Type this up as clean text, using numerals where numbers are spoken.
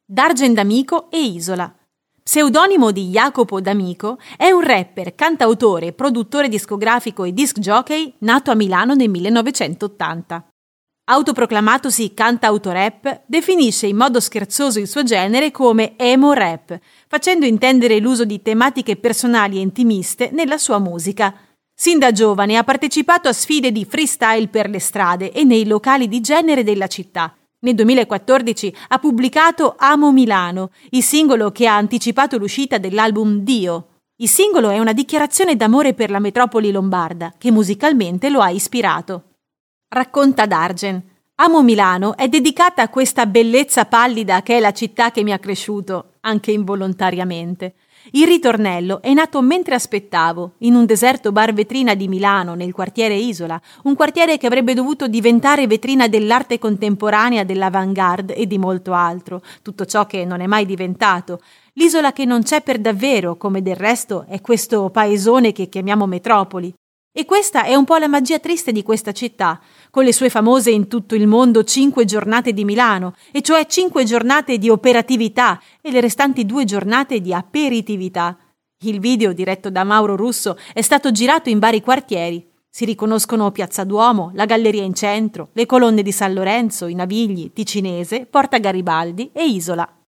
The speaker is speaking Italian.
D'Argen D'Amico e Isola. Pseudonimo di Jacopo D'Amico, è un rapper, cantautore, produttore discografico e disc jockey nato a Milano nel 1980. Autoproclamatosi cantautorap, definisce in modo scherzoso il suo genere come emo rap, facendo intendere l'uso di tematiche personali e intimiste nella sua musica. Sin da giovane ha partecipato a sfide di freestyle per le strade e nei locali di genere della città. Nel 2014 ha pubblicato Amo Milano, il singolo che ha anticipato l'uscita dell'album Dio. Il singolo è una dichiarazione d'amore per la metropoli lombarda, che musicalmente lo ha ispirato. Racconta D'Argen: Amo Milano è dedicata a questa bellezza pallida che è la città che mi ha cresciuto, anche involontariamente. Il ritornello è nato mentre aspettavo, in un deserto bar vetrina di Milano, nel quartiere Isola, un quartiere che avrebbe dovuto diventare vetrina dell'arte contemporanea, dell'avant-garde e di molto altro, tutto ciò che non è mai diventato. L'isola che non c'è per davvero, come del resto è questo paesone che chiamiamo metropoli. E questa è un po' la magia triste di questa città, con le sue famose in tutto il mondo 5 giornate di Milano, e cioè 5 giornate di operatività e le restanti 2 giornate di aperitività. Il video, diretto da Mauro Russo, è stato girato in vari quartieri. Si riconoscono Piazza Duomo, la Galleria in centro, le colonne di San Lorenzo, i Navigli, Ticinese, Porta Garibaldi e Isola.